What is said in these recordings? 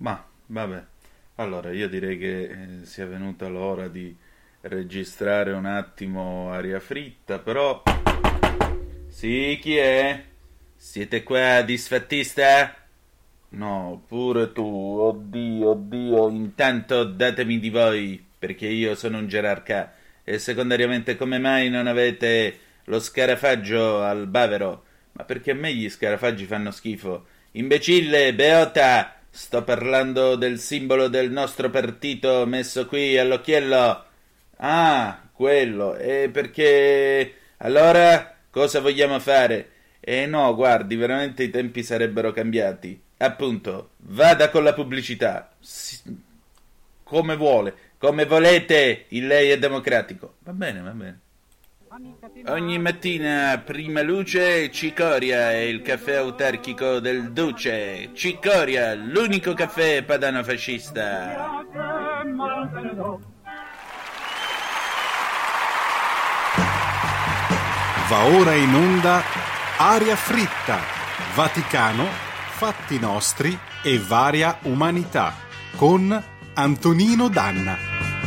Ma vabbè, allora io direi che sia venuta l'ora di registrare un attimo aria fritta, però... Sì, chi è? Siete qua, disfattista? No, pure tu, oddio, oddio, intanto datemi di voi, perché io sono un gerarca. E secondariamente come mai non avete lo scarafaggio al bavero? Ma perché a me gli scarafaggi fanno schifo? Imbecille, beota! Sto parlando del simbolo del nostro partito messo qui all'occhiello. Ah, quello. E perché... Allora, cosa vogliamo fare? No, guardi, veramente i tempi sarebbero cambiati. Appunto, vada con la pubblicità. Come vuole, come volete, il lei è democratico. Va bene, va bene. Ogni mattina, prima luce, cicoria è il caffè autarchico del Duce. Cicoria, l'unico caffè padano fascista. Va ora in onda Aria fritta, Vaticano, fatti nostri e varia umanità, con Antonino Danna.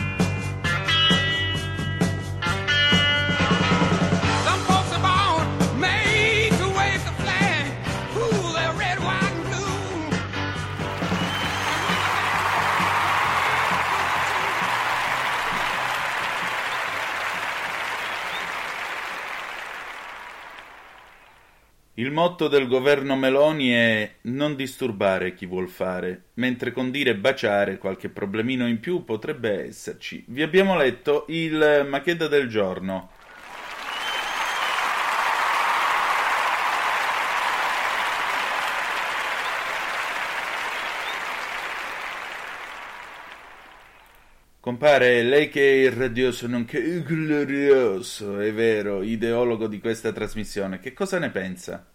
Il motto del governo Meloni è non disturbare chi vuol fare, mentre con dire baciare qualche problemino in più potrebbe esserci. Vi abbiamo letto il Macheda del giorno. Compare, lei che è il radioso nonché il glorioso, è vero, ideologo di questa trasmissione, che cosa ne pensa?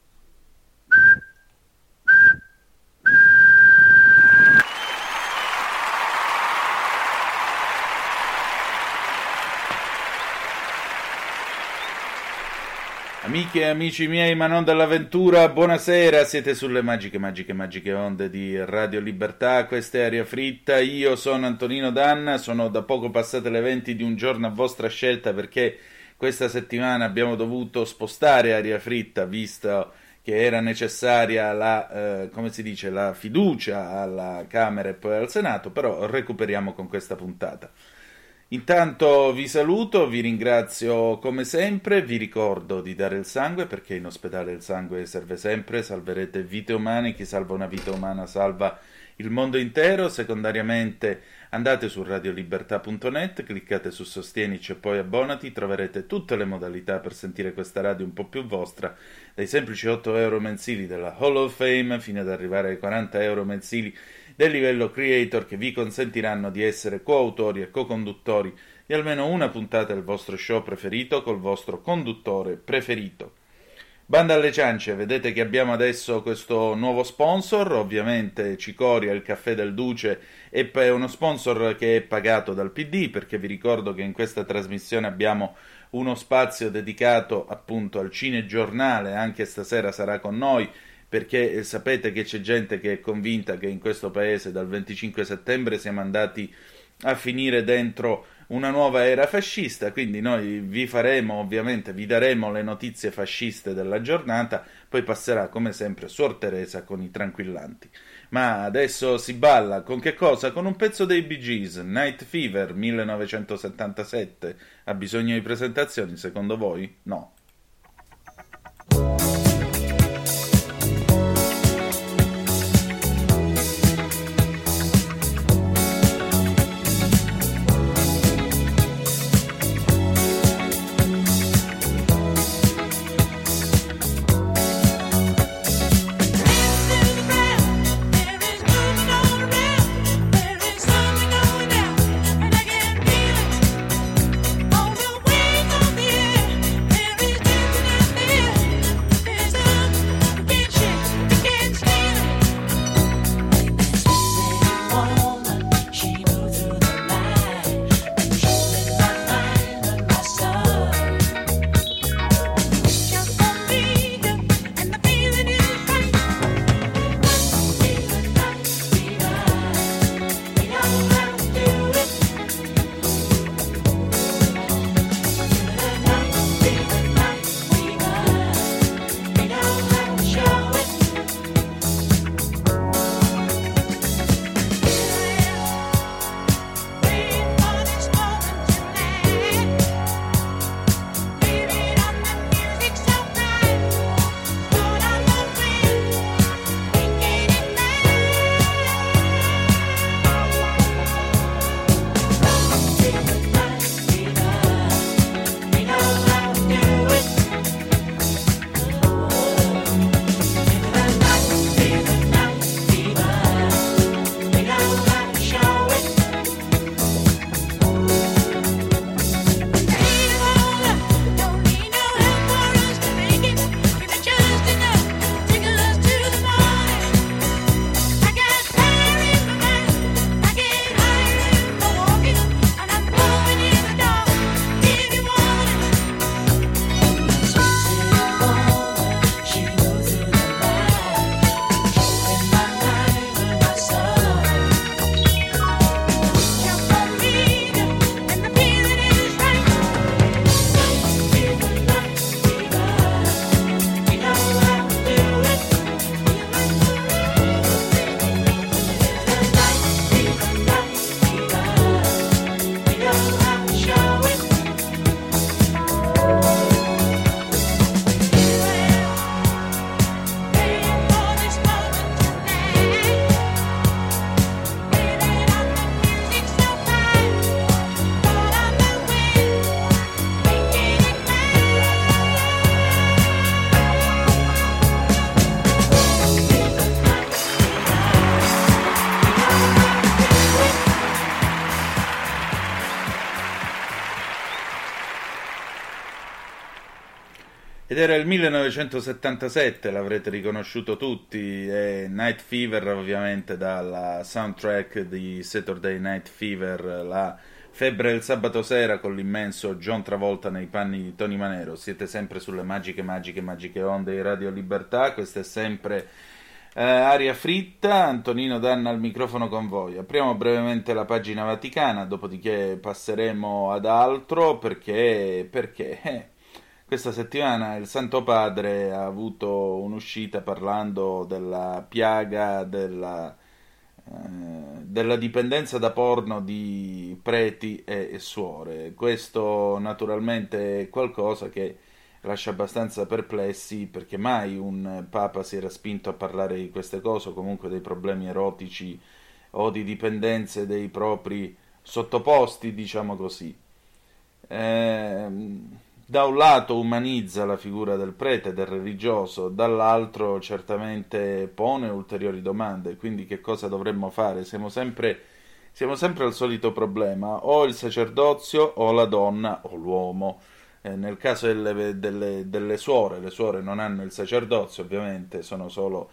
Amiche e amici miei, ma non dall'avventura, buonasera, siete sulle magiche onde di Radio Libertà, questa è Aria Fritta, io sono Antonino Danna, sono da poco passate le 20 di un giorno a vostra scelta perché questa settimana abbiamo dovuto spostare Aria Fritta, visto che era necessaria la, come si dice, la fiducia alla Camera e poi al Senato, però recuperiamo con questa puntata. Intanto vi saluto, vi ringrazio come sempre, vi ricordo di dare il sangue perché in ospedale il sangue serve sempre, salverete vite umane, chi salva una vita umana salva il mondo intero. Secondariamente andate su radiolibertà.net, cliccate su Sostienici e poi abbonati, troverete tutte le modalità per sentire questa radio un po' più vostra, dai semplici 8 euro mensili della Hall of Fame fino ad arrivare ai 40 euro mensili del livello creator che vi consentiranno di essere coautori e co-conduttori di almeno una puntata del vostro show preferito col vostro conduttore preferito. Banda alle ciance, vedete che abbiamo adesso questo nuovo sponsor, ovviamente Cicoria, il caffè del Duce, è uno sponsor che è pagato dal PD, perché vi ricordo che in questa trasmissione abbiamo uno spazio dedicato appunto al cinegiornale, anche stasera sarà con noi, perché sapete che c'è gente che è convinta che in questo paese dal 25 settembre siamo andati a finire dentro una nuova era fascista, quindi noi vi faremo, ovviamente, vi daremo le notizie fasciste della giornata, poi passerà come sempre Suor Teresa con i tranquillanti. Ma adesso si balla, con che cosa? Con un pezzo dei Bee Gees, Night Fever 1977. Ha bisogno di presentazioni, secondo voi? No. There is Ed era il 1977, l'avrete riconosciuto tutti, e Night Fever ovviamente dalla soundtrack di Saturday Night Fever, la febbre del sabato sera con l'immenso John Travolta nei panni di Tony Manero. Siete sempre sulle magiche onde di Radio Libertà, questa è sempre Aria Fritta, Antonino Danna al microfono con voi. Apriamo brevemente la pagina vaticana, dopodiché passeremo ad altro perché questa settimana il Santo Padre ha avuto un'uscita parlando della piaga della dipendenza da porno di preti e suore. Questo naturalmente è qualcosa che lascia abbastanza perplessi, perché mai un papa si era spinto a parlare di queste cose, o comunque dei problemi erotici o di dipendenze dei propri sottoposti, diciamo così. Da un lato umanizza la figura del prete, del religioso, dall'altro certamente pone ulteriori domande. Quindi che cosa dovremmo fare? Siamo sempre al solito problema: o il sacerdozio o la donna o l'uomo. Nel caso delle suore, le suore non hanno il sacerdozio, ovviamente sono solo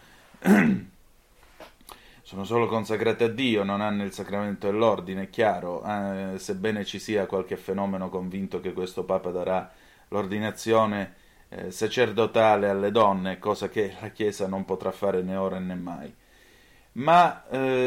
consacrate a Dio, non hanno il sacramento dell'ordine, è chiaro, sebbene ci sia qualche fenomeno convinto che questo Papa darà l'ordinazione sacerdotale alle donne, cosa che la Chiesa non potrà fare né ora né mai. Ma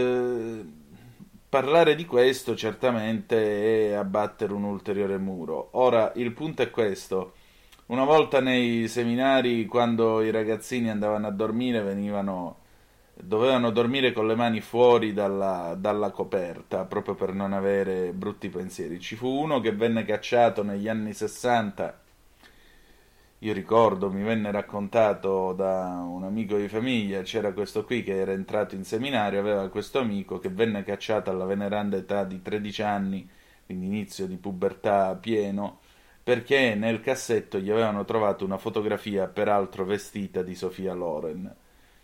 parlare di questo certamente è abbattere un ulteriore muro. Ora, il punto è questo: una volta nei seminari, quando i ragazzini andavano a dormire, dovevano dormire con le mani fuori dalla coperta, proprio per non avere brutti pensieri. Ci fu uno che venne cacciato negli anni 60. Io ricordo, mi venne raccontato da un amico di famiglia, c'era questo qui che era entrato in seminario, aveva questo amico che venne cacciato alla veneranda età di 13 anni, quindi inizio di pubertà pieno, perché nel cassetto gli avevano trovato una fotografia, peraltro vestita, di Sofia Loren.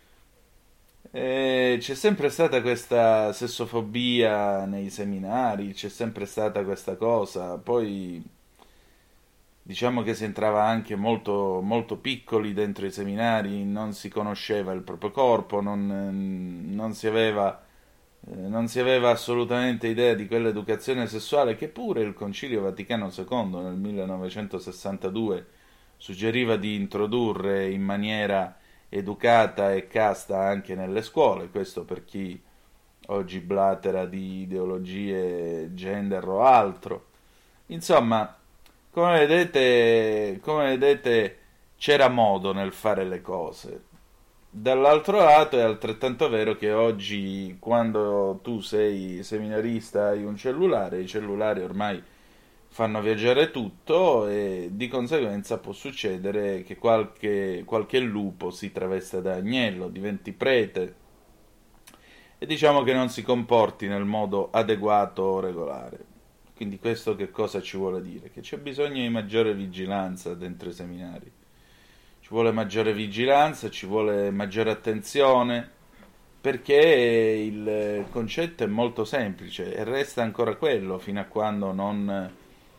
C'è sempre stata questa sessofobia nei seminari, c'è sempre stata questa cosa. Poi diciamo che si entrava anche molto, molto piccoli dentro i seminari, non si conosceva il proprio corpo, non si aveva assolutamente idea di quell'educazione sessuale che pure il Concilio Vaticano II nel 1962 suggeriva di introdurre in maniera educata e casta anche nelle scuole. Questo per chi oggi blatera di ideologie gender o altro. Insomma, come vedete c'era modo nel fare le cose. Dall'altro lato è altrettanto vero che oggi, quando tu sei seminarista, hai un cellulare, i cellulari ormai fanno viaggiare tutto, e di conseguenza può succedere che qualche lupo si travesta da agnello, diventi prete, e diciamo che non si comporti nel modo adeguato o regolare. Quindi questo che cosa ci vuole dire? Che c'è bisogno di maggiore vigilanza dentro i seminari. Ci vuole maggiore vigilanza, ci vuole maggiore attenzione, perché il concetto è molto semplice e resta ancora quello fino a quando non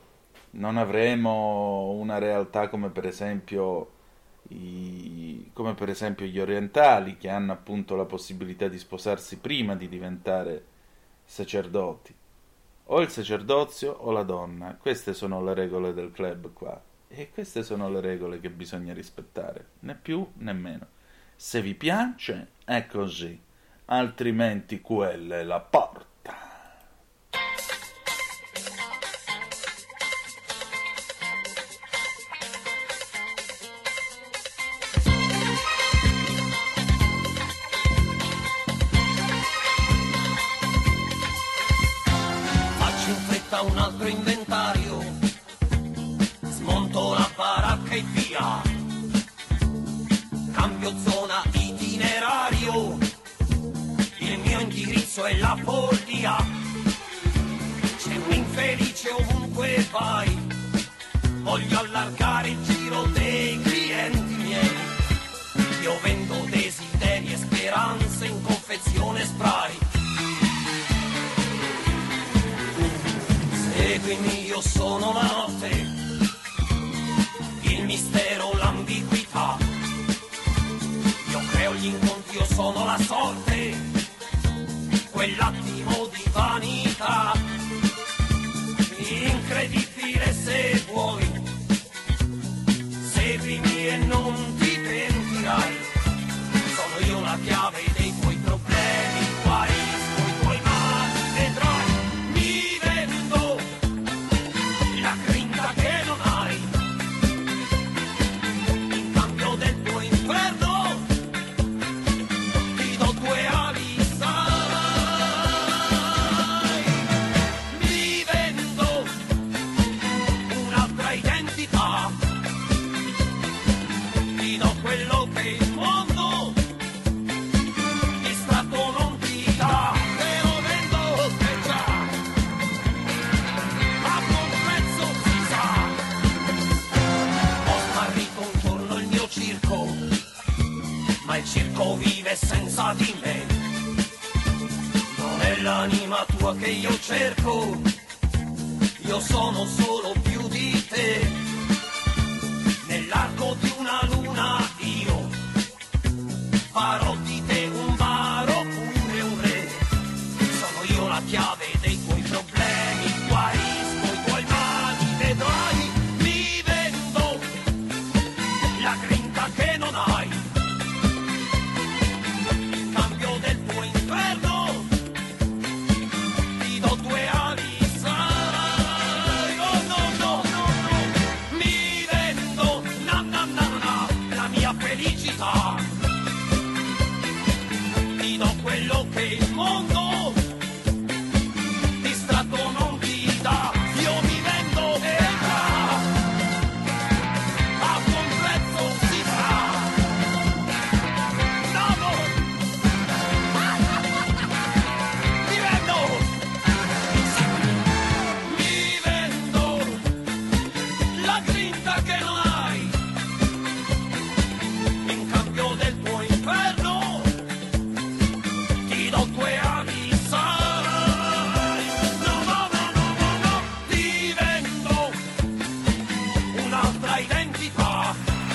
avremo una realtà come per esempio gli orientali, che hanno appunto la possibilità di sposarsi prima di diventare sacerdoti. O il sacerdozio o la donna. Queste sono le regole del club qua, e queste sono le regole che bisogna rispettare, né più né meno. Se vi piace è così, altrimenti quella è la porta. Un altro inventario, smonto la baracca e via, cambio zona itinerario, il mio indirizzo è la follia, c'è un infelice ovunque vai, voglio allargare il giro dei clienti miei, io vendo desideri e speranze in confezione spray. Seguimi, io sono la notte, il mistero, l'ambiguità. agli incontri io sono la sorte, quell'attimo di vanità, incredibile se vuoi, seguimi e non ti pentirai, sono io la chiave dei tuoi problemi, guai, coi tuoi mali vedrai, mi vendo la grinta che non hai, in cambio del tuo inferno ti do due ali, sai, mi vendo un'altra identità, ti do quello che il mondo distratto non ti dà, te lo vendo che già a buon prezzo si sa, ho smarrito intorno il mio circo, ma il circo vive senza di me, non è l'anima tua che io cerco, io sono solo più di te, nell'arco di una luna io farò di te un baro pure un re, sono io la chiave dei tuoi problemi, guarisco i tuoi mali, vedrai, mi vendo la grinta che non hai, in cambio del tuo inferno ti do due ali, sai, oh no no no no, mi vendo na na na na la mia felicità, ti do quello che il mondo distratto non ti dà, io mi vendo e già a buon prezzo si sa, no no, mi vendo la grinta che non hai, in cambio del tuo inferno ti do due ali, sai, no no no no no no, ti vendo un'altra identità.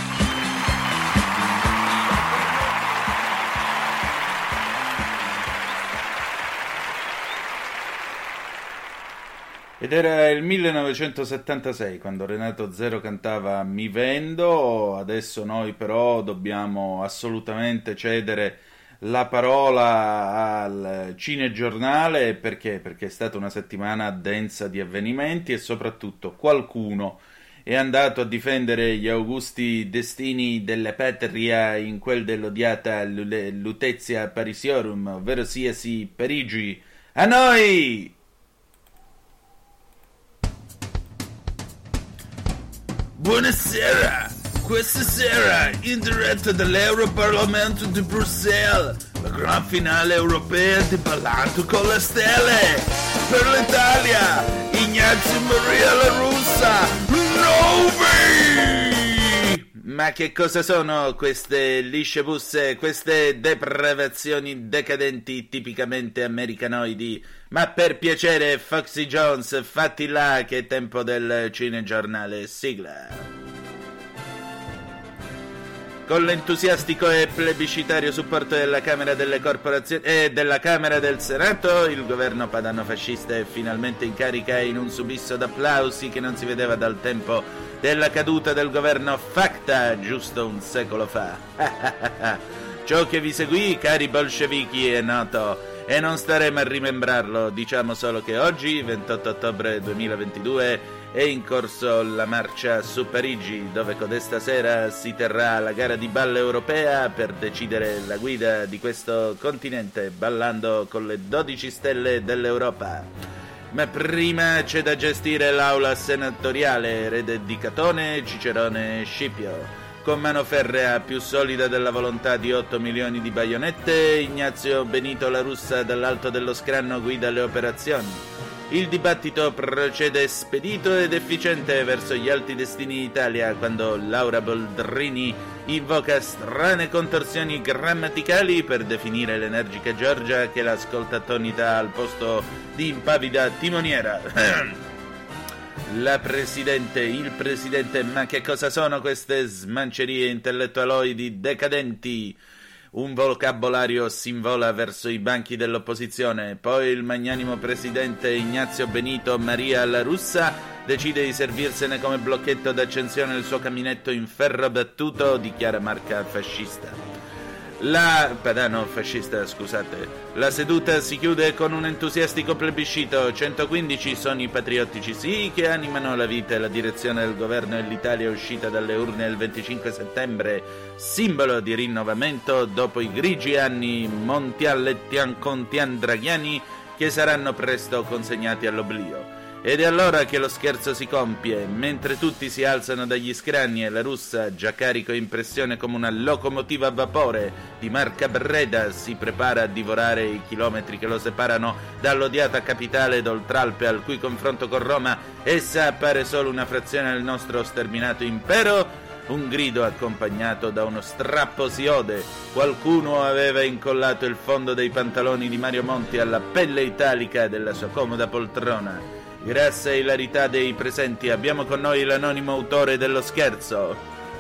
Ed era il 1976 quando Renato Zero cantava Mi vendo. Adesso noi però dobbiamo assolutamente cedere la parola al cinegiornale, perché è stata una settimana densa di avvenimenti e soprattutto qualcuno è andato a difendere gli augusti destini della patria in quel dell'odiata Lutetia Parisiorum, ovvero siasi Parigi. A noi! Buonasera! Questa sera, in diretta dall'Europarlamento di Bruxelles, la gran finale europea di Ballato con le stelle! Per l'Italia, Ignazio Maria La Russa, Novi! Ma che cosa sono queste lisce busse, queste depravazioni decadenti tipicamente americanoidi? Ma per piacere, Foxy Jones, fatti là che è tempo del cinegiornale, sigla. Con l'entusiastico e plebiscitario supporto della Camera delle Corporazioni e della Camera del Senato, il governo padano fascista è finalmente in carica in un subisso d'applausi che non si vedeva dal tempo della caduta del governo Facta, giusto un secolo fa. Ciò che vi seguì, cari bolscevichi, è noto e non staremo a rimembrarlo, diciamo solo che oggi, 28 ottobre 2022, è in corso la marcia su Parigi, dove codesta sera si terrà la gara di ballo europea per decidere la guida di questo continente, ballando con le 12 stelle dell'Europa. Ma prima c'è da gestire l'aula senatoriale, erede di Catone, Cicerone e Scipio. Con mano ferrea più solida della volontà di 8 milioni di baionette, Ignazio Benito La Russa dall'alto dello scranno guida le operazioni. Il dibattito procede spedito ed efficiente verso gli alti destini d'Italia quando Laura Boldrini invoca strane contorsioni grammaticali per definire l'energica Giorgia che l'ascolta attonita al posto di impavida timoniera. La presidente, il presidente, ma che cosa sono queste smancerie intellettualoidi decadenti? un vocabolario s'invola verso i banchi dell'opposizione. Poi il magnanimo presidente Ignazio Benito Maria La Russa decide di servirsene come blocchetto d'accensione il suo caminetto in ferro battuto, dichiara marca fascista. La seduta si chiude con un entusiastico plebiscito. 115 sono i patriottici sì che animano la vita e la direzione del governo, e l'Italia uscita dalle urne il 25 settembre, simbolo di rinnovamento dopo i grigi anni montian-contian-draghiani che saranno presto consegnati all'oblio. Ed è allora che lo scherzo si compie, mentre tutti si alzano dagli scranni e La Russa, già carico in pressione come una locomotiva a vapore di marca Breda, si prepara a divorare i chilometri che lo separano dall'odiata capitale d'Oltralpe, al cui confronto con Roma essa appare solo una frazione del nostro sterminato impero. Un grido accompagnato da uno strappo si ode. Qualcuno aveva incollato il fondo dei pantaloni di Mario Monti alla pelle italica della sua comoda poltrona. Grassa ilarità dei presenti, abbiamo con noi l'anonimo autore dello scherzo.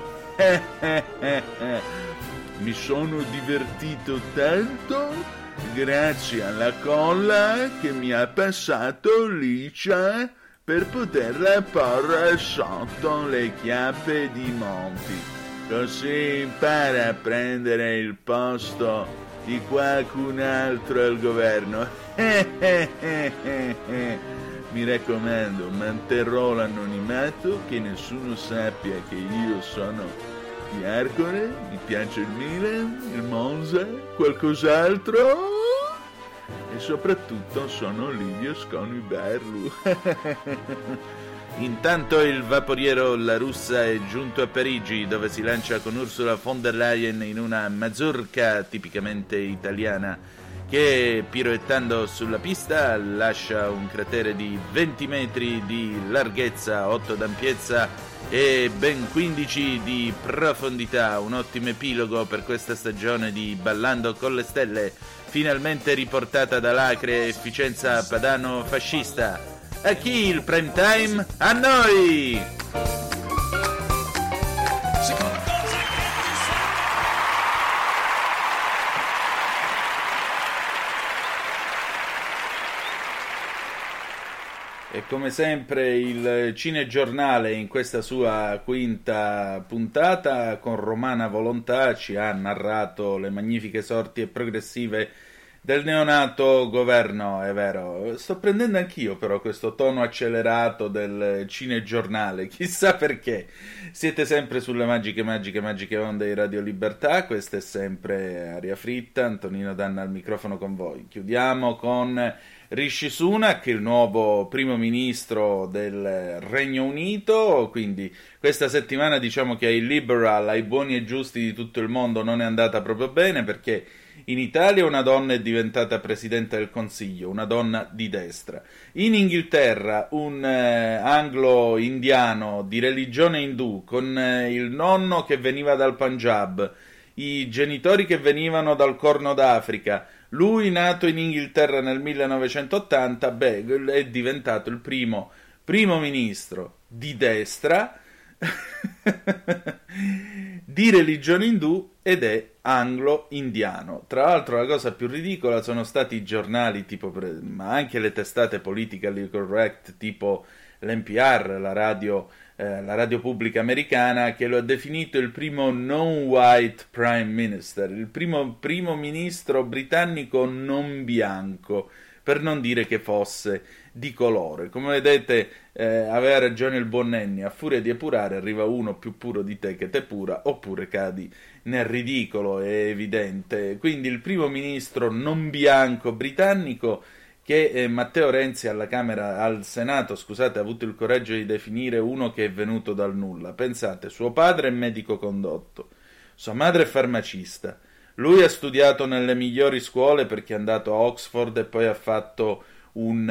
Mi sono divertito tanto grazie alla colla che mi ha passato Licia per poterla porre sotto le chiappe di Monti. Così impara a prendere il posto di qualcun altro al governo. Mi raccomando, manterrò l'anonimato, che nessuno sappia che io sono di Arcore, mi piace il Milan, il Monza, qualcos'altro, e soprattutto sono Livio Sconiberlu. Intanto il vaporiero La Russa è giunto a Parigi, dove si lancia con Ursula von der Leyen in una mazurka tipicamente italiana, che piroettando sulla pista lascia un cratere di 20 metri di larghezza, 8 d'ampiezza e ben 15 di profondità. Un ottimo epilogo per questa stagione di Ballando con le Stelle, finalmente riportata dall'acre efficienza padano fascista. A chi il prime time? A noi! E come sempre il Cinegiornale in questa sua quinta puntata con romana volontà ci ha narrato le magnifiche sorti e progressive del neonato governo. È vero, sto prendendo anch'io però questo tono accelerato del Cinegiornale, chissà perché. Siete sempre sulle magiche onde di Radio Libertà, questa è sempre Aria Fritta, Antonino Danna al microfono con voi. Chiudiamo con Rishi Sunak, il nuovo primo ministro del Regno Unito, quindi questa settimana diciamo che ai liberal, ai buoni e giusti di tutto il mondo non è andata proprio bene, perché in Italia una donna è diventata presidente del Consiglio, una donna di destra. In Inghilterra un anglo-indiano di religione indù con il nonno che veniva dal Punjab, i genitori che venivano dal Corno d'Africa, lui nato in Inghilterra nel 1980, è diventato il primo ministro di destra di religione indù ed è anglo-indiano. Tra l'altro la cosa più ridicola sono stati i giornali ma anche le testate politically correct tipo l'NPR, la radio pubblica americana, che lo ha definito il primo non-white prime minister, il primo ministro britannico non bianco, per non dire che fosse di colore. Come vedete, aveva ragione il buon Nenni, a furia di epurare arriva uno più puro di te che te pura, oppure cadi nel ridicolo, è evidente. Quindi il primo ministro non bianco britannico che Matteo Renzi al Senato, ha avuto il coraggio di definire uno che è venuto dal nulla. Pensate, suo padre è medico condotto, sua madre è farmacista, lui ha studiato nelle migliori scuole perché è andato a Oxford e poi ha fatto un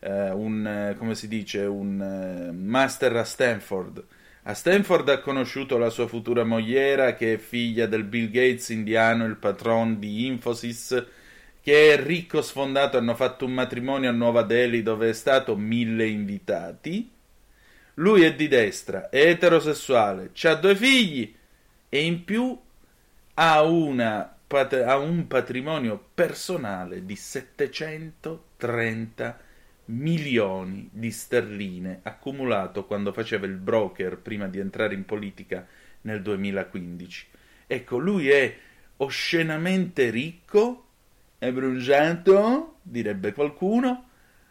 master a Stanford. A Stanford ha conosciuto la sua futura mogliera, che è figlia del Bill Gates indiano, il patron di Infosys, che è ricco sfondato. Hanno fatto un matrimonio a Nuova Delhi dove è stato 1000 invitati. Lui è di destra, è eterosessuale, ha 2 figli e in più ha una un patrimonio personale di 730 milioni di sterline accumulato quando faceva il broker prima di entrare in politica nel 2015. Ecco, lui è oscenamente ricco, è bruciato, direbbe qualcuno,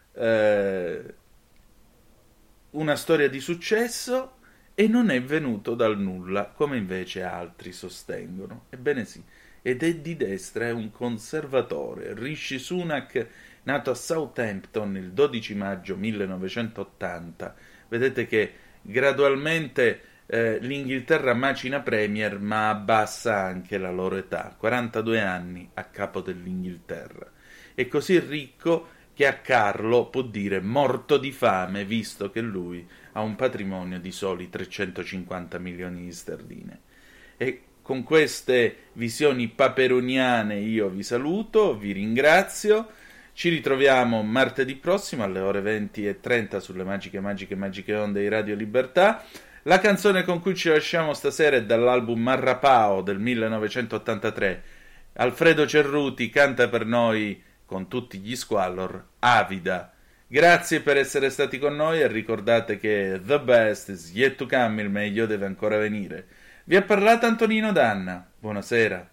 una storia di successo, e non è venuto dal nulla, come invece altri sostengono. Ebbene sì, ed è di destra, è un conservatore. Rishi Sunak, nato a Southampton il 12 maggio 1980, vedete che gradualmente l'Inghilterra macina premier, ma abbassa anche la loro età, 42 anni a capo dell'Inghilterra. È così ricco che a Carlo può dire morto di fame, visto che lui ha un patrimonio di soli 350 milioni di sterline. E con queste visioni paperoniane io vi saluto, vi ringrazio, ci ritroviamo martedì prossimo alle ore 20:30 sulle magiche onde di Radio Libertà. La canzone con cui ci lasciamo stasera è dall'album Marrapao del 1983. Alfredo Cerruti canta per noi, con tutti gli Squallor, Avida. Grazie per essere stati con noi e ricordate che the best is yet to come, il meglio deve ancora venire. Vi ha parlato Antonino Danna. Buonasera.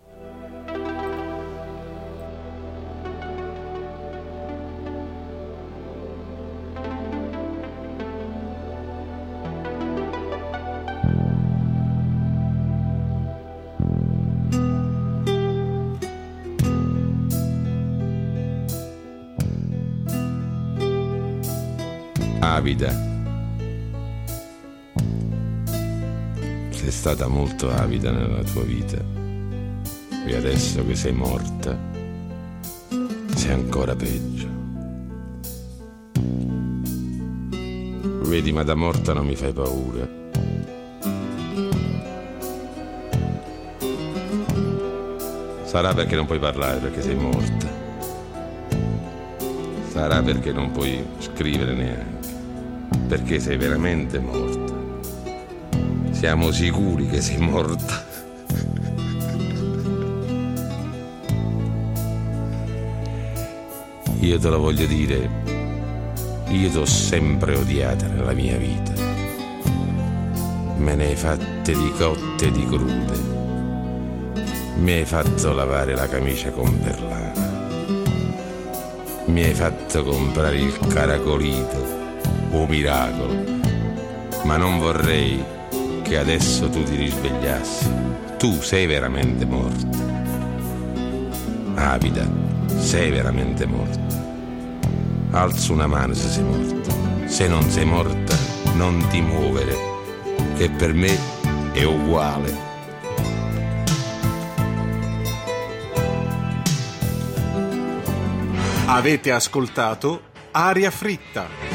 Avida, sei stata molto avida nella tua vita e adesso che sei morta sei ancora peggio. Vedi, ma da morta non mi fai paura. Sarà perché non puoi parlare, perché sei morta. Sarà perché non puoi scrivere neanche, perché sei veramente morta. Siamo sicuri che sei morta. Io te lo voglio dire, io t'ho sempre odiata nella mia vita. Me ne hai fatte di cotte e di crude. Mi hai fatto lavare la camicia con perlana. Mi hai fatto comprare il caracolito, o miracolo, ma non vorrei che adesso tu ti risvegliassi. Tu sei veramente morta. Avida, sei veramente morta. Alza una mano se sei morta. Se non sei morta, non ti muovere, che per me è uguale. Avete ascoltato Aria Fritta.